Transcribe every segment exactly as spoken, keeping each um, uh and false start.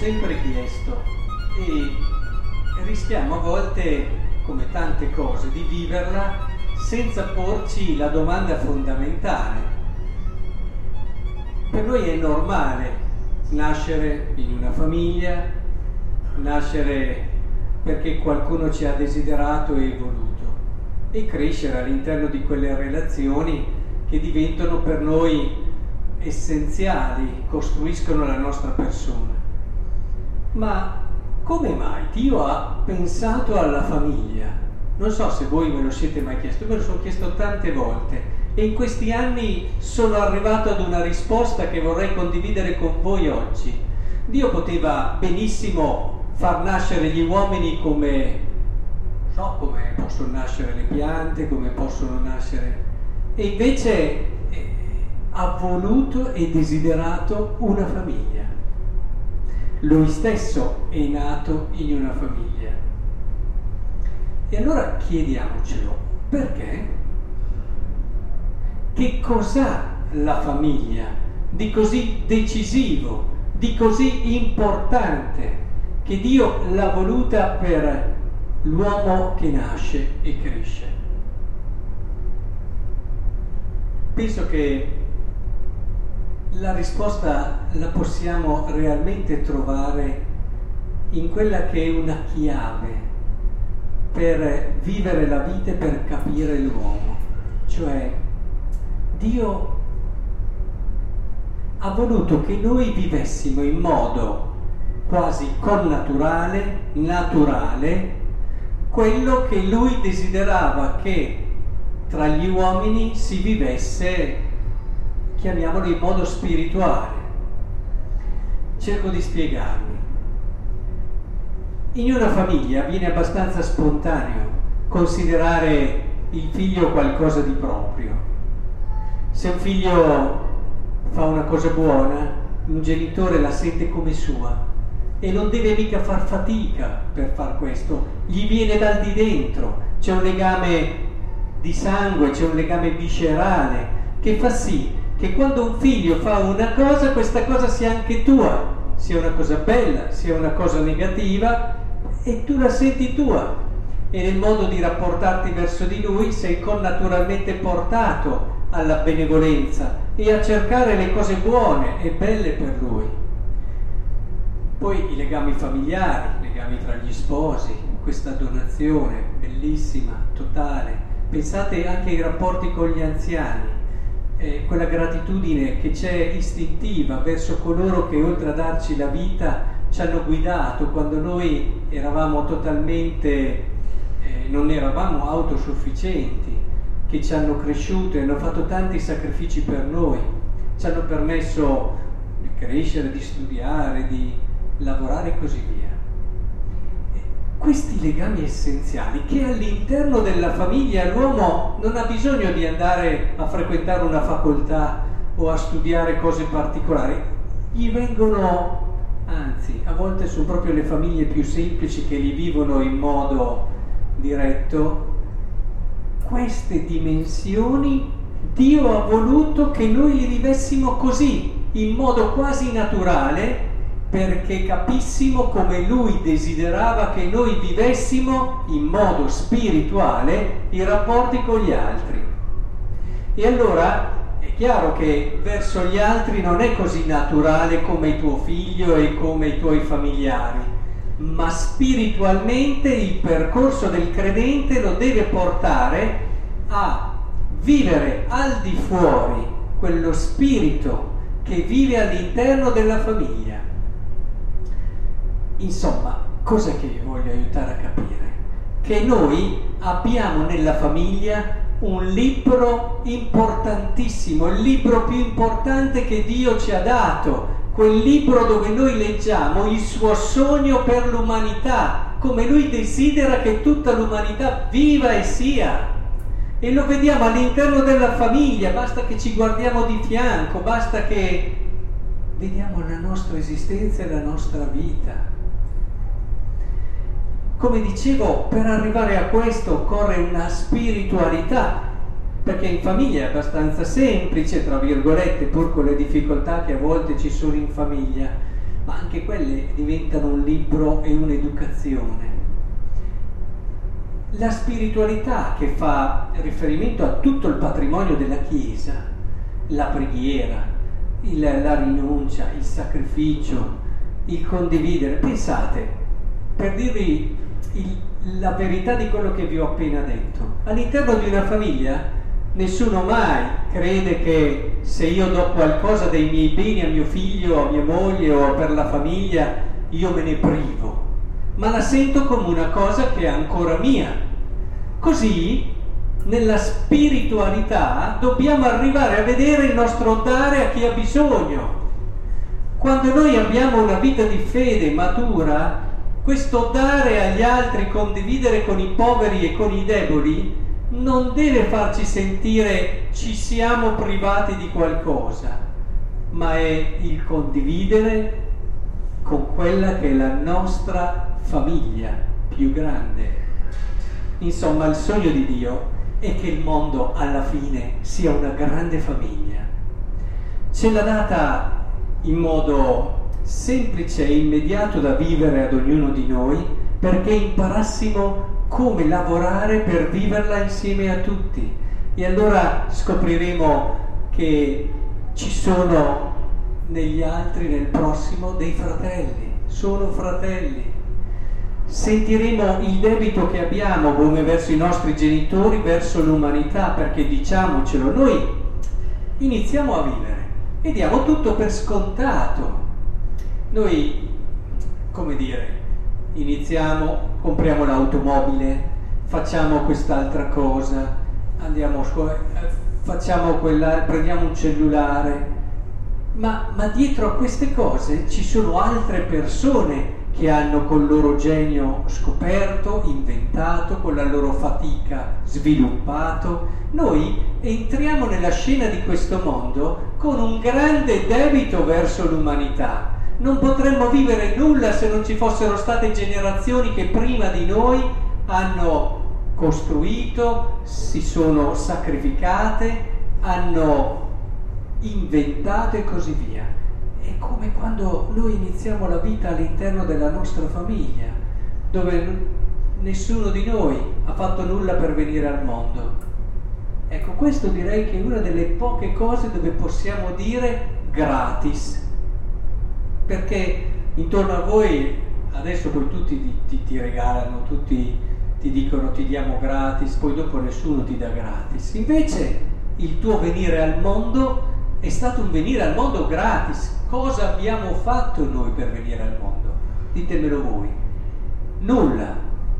sempre chiesto e rischiamo a volte, come tante cose, di viverla senza porci la domanda fondamentale. Per noi è normale nascere in una famiglia, nascere perché qualcuno ci ha desiderato e voluto, e crescere all'interno di quelle relazioni che diventano per noi essenziali, costruiscono la nostra persona. Ma come mai Dio ha pensato alla famiglia? Non so se voi me lo siete mai chiesto, me lo sono chiesto tante volte e in questi anni sono arrivato ad una risposta che vorrei condividere con voi oggi. Dio poteva benissimo far nascere gli uomini come, non so, come possono nascere le piante, come possono nascere, e invece eh, ha voluto e desiderato una famiglia. Lui stesso è nato in una famiglia. E allora chiediamocelo, perché? Che cos'ha la famiglia di così decisivo, di così importante, che Dio l'ha voluta per l'uomo che nasce e cresce? Penso che la risposta la possiamo realmente trovare in quella che è una chiave per vivere la vita e per capire l'uomo. Cioè, Dio ha voluto che noi vivessimo in modo quasi connaturale, naturale, quello che Lui desiderava che tra gli uomini si vivesse, chiamiamolo in modo spirituale. Cerco di spiegarmi. In una famiglia viene abbastanza spontaneo considerare il figlio qualcosa di proprio. Se un figlio fa una cosa buona, un genitore la sente come sua e non deve mica far fatica per far questo, gli viene dal di dentro, c'è un legame di sangue, c'è un legame viscerale che fa sì che quando un figlio fa una cosa, questa cosa sia anche tua, sia una cosa bella, sia una cosa negativa, e tu la senti tua, e nel modo di rapportarti verso di lui sei connaturalmente portato alla benevolenza e a cercare le cose buone e belle per lui. Poi i legami familiari, i legami tra gli sposi, questa donazione bellissima, totale. Pensate anche ai rapporti con gli anziani, eh, quella gratitudine che c'è istintiva verso coloro che oltre a darci la vita ci hanno guidato quando noi eravamo totalmente, eh, non eravamo autosufficienti, che ci hanno cresciuto e hanno fatto tanti sacrifici per noi, ci hanno permesso di crescere, di studiare, di lavorare e così via. Questi legami essenziali che all'interno della famiglia l'uomo non ha bisogno di andare a frequentare una facoltà o a studiare cose particolari, gli vengono, anzi a volte sono proprio le famiglie più semplici che li vivono in modo diretto. Queste dimensioni Dio ha voluto che noi li vivessimo così, in modo quasi naturale, perché capissimo come Lui desiderava che noi vivessimo in modo spirituale i rapporti con gli altri. E allora è chiaro che verso gli altri non è così naturale come il tuo figlio e come i tuoi familiari, ma spiritualmente il percorso del credente lo deve portare a vivere al di fuori quello spirito che vive all'interno della famiglia. Insomma, cosa che vi voglio aiutare a capire? Che noi abbiamo nella famiglia un libro importantissimo, il libro più importante che Dio ci ha dato, quel libro dove noi leggiamo il suo sogno per l'umanità, come Lui desidera che tutta l'umanità viva e sia. E lo vediamo all'interno della famiglia, basta che ci guardiamo di fianco, basta che vediamo la nostra esistenza e la nostra vita. Come dicevo, per arrivare a questo occorre una spiritualità, perché in famiglia è abbastanza semplice, tra virgolette, pur con le difficoltà che a volte ci sono in famiglia, ma anche quelle diventano un libro e un'educazione. La spiritualità che fa riferimento a tutto il patrimonio della Chiesa, la preghiera, il, la rinuncia, il sacrificio, il condividere. Pensate, per dirvi il, la verità di quello che vi ho appena detto, all'interno di una famiglia nessuno mai crede che se io do qualcosa dei miei beni a mio figlio, a mia moglie o per la famiglia, io me ne privo, ma la sento come una cosa che è ancora mia. Così, nella spiritualità, dobbiamo arrivare a vedere il nostro dare a chi ha bisogno. Quando noi abbiamo una vita di fede matura, questo dare agli altri, condividere con i poveri e con i deboli, non deve farci sentire ci siamo privati di qualcosa, ma è il condividere con quella che è la nostra famiglia più grande. Insomma, il sogno di Dio è che il mondo alla fine sia una grande famiglia. Ce l'ha data in modo semplice e immediato da vivere ad ognuno di noi, perché imparassimo come lavorare per viverla insieme a tutti. E allora scopriremo che ci sono negli altri, nel prossimo, dei fratelli, sono fratelli. Sentiremo il debito che abbiamo come verso i nostri genitori, verso l'umanità, perché diciamocelo, noi iniziamo a vivere e diamo tutto per scontato. Noi, come dire, iniziamo, compriamo l'automobile, facciamo quest'altra cosa, andiamo a scuola, facciamo quella, prendiamo un cellulare, ma, ma dietro a queste cose ci sono altre persone che hanno col loro genio scoperto, inventato, con la loro fatica sviluppato. Noi entriamo nella scena di questo mondo con un grande debito verso l'umanità. Non potremmo vivere nulla se non ci fossero state generazioni che prima di noi hanno costruito, si sono sacrificate, hanno inventato e così via. È come quando noi iniziamo la vita all'interno della nostra famiglia, dove nessuno di noi ha fatto nulla per venire al mondo. Ecco, questo direi che è una delle poche cose dove possiamo dire gratis, perché intorno a voi adesso poi tutti ti, ti, ti regalano, tutti ti dicono ti diamo gratis, poi dopo nessuno ti dà gratis. Invece il tuo venire al mondo è stato un venire al mondo gratis. Cosa abbiamo fatto noi per venire al mondo? Ditemelo voi. Nulla.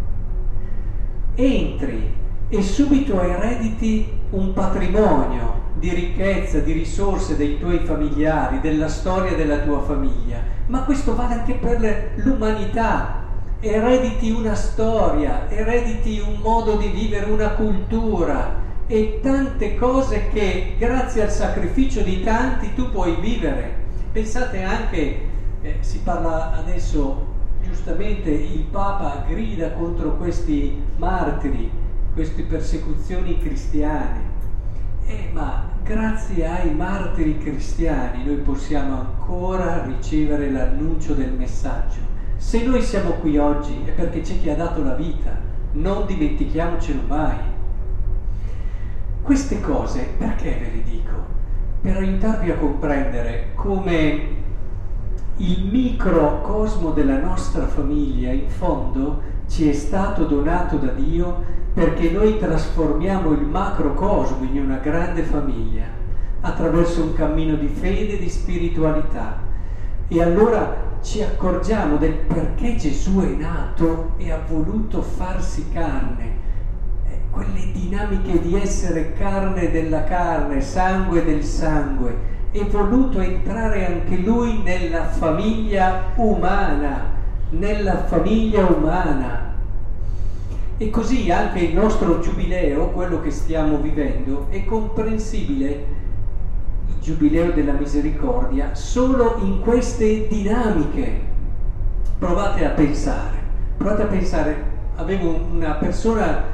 Entri e subito erediti un patrimonio di ricchezza, di risorse dei tuoi familiari, della storia della tua famiglia. Ma questo vale anche per l'umanità. Erediti una storia, erediti un modo di vivere, una cultura e tante cose che grazie al sacrificio di tanti tu puoi vivere. Pensate anche, eh, si parla adesso giustamente, il Papa grida contro questi martiri, queste persecuzioni cristiane. Eh, ma grazie ai martiri cristiani noi possiamo ancora ricevere l'annuncio del messaggio. Se noi siamo qui oggi è perché c'è chi ha dato la vita, non dimentichiamocelo mai. Queste cose perché ve le dico? Per aiutarvi a comprendere come il microcosmo della nostra famiglia in fondo ci è stato donato da Dio, perché noi trasformiamo il macrocosmo in una grande famiglia attraverso un cammino di fede e di spiritualità. E allora ci accorgiamo del perché Gesù è nato e ha voluto farsi carne, eh, quelle dinamiche di essere carne della carne, sangue del sangue, è voluto entrare anche lui nella famiglia umana, nella famiglia umana. E così anche il nostro giubileo, quello che stiamo vivendo, è comprensibile, il giubileo della misericordia, solo in queste dinamiche. Provate a pensare, provate a pensare, avevo una persona,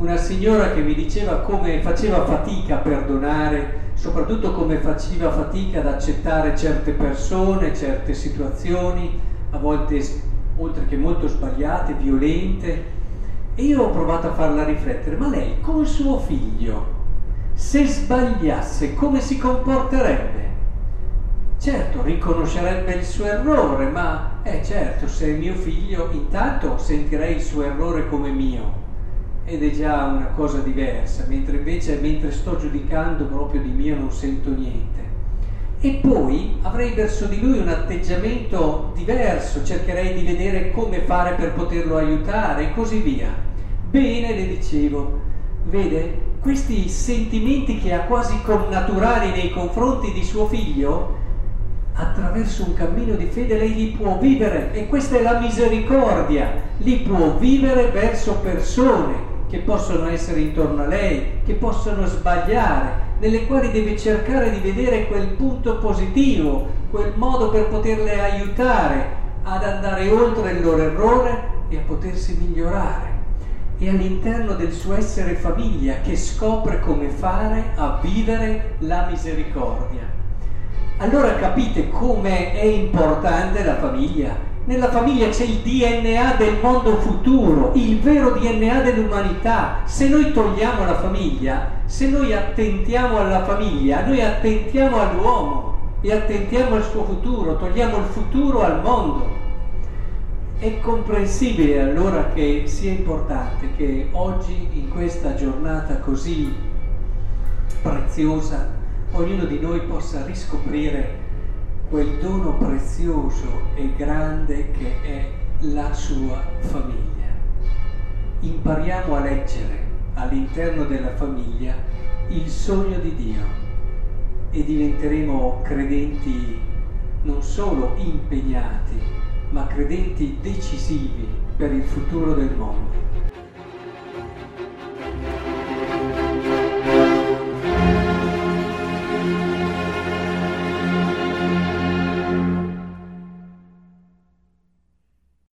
una signora che mi diceva come faceva fatica a perdonare, soprattutto come faceva fatica ad accettare certe persone, certe situazioni, a volte oltre che molto sbagliate, violente. E io ho provato a farla riflettere, ma lei con suo figlio, se sbagliasse, come si comporterebbe? Certo, riconoscerebbe il suo errore, ma eh certo, se è mio figlio, intanto sentirei il suo errore come mio, ed è già una cosa diversa, mentre invece mentre sto giudicando proprio di mio non sento niente. E poi avrei verso di lui un atteggiamento diverso, cercherei di vedere come fare per poterlo aiutare e così via. Bene, le dicevo, vede, questi sentimenti che ha quasi connaturali nei confronti di suo figlio, attraverso un cammino di fede lei li può vivere, e questa è la misericordia, li può vivere verso persone che possono essere intorno a lei, che possono sbagliare, nelle quali deve cercare di vedere quel punto positivo, quel modo per poterle aiutare ad andare oltre il loro errore e a potersi migliorare. E all'interno del suo essere famiglia che scopre come fare a vivere la misericordia. Allora capite come è importante la famiglia. Nella famiglia c'è il D N A del mondo futuro, il vero D N A dell'umanità. Se noi togliamo la famiglia, se noi attentiamo alla famiglia, noi attentiamo all'uomo e attentiamo al suo futuro, togliamo il futuro al mondo. È comprensibile allora che sia importante che oggi, in questa giornata così preziosa, ognuno di noi possa riscoprire quel dono prezioso e grande che è la sua famiglia. Impariamo a leggere all'interno della famiglia il sogno di Dio e diventeremo credenti non solo impegnati, ma credenti decisivi per il futuro del mondo.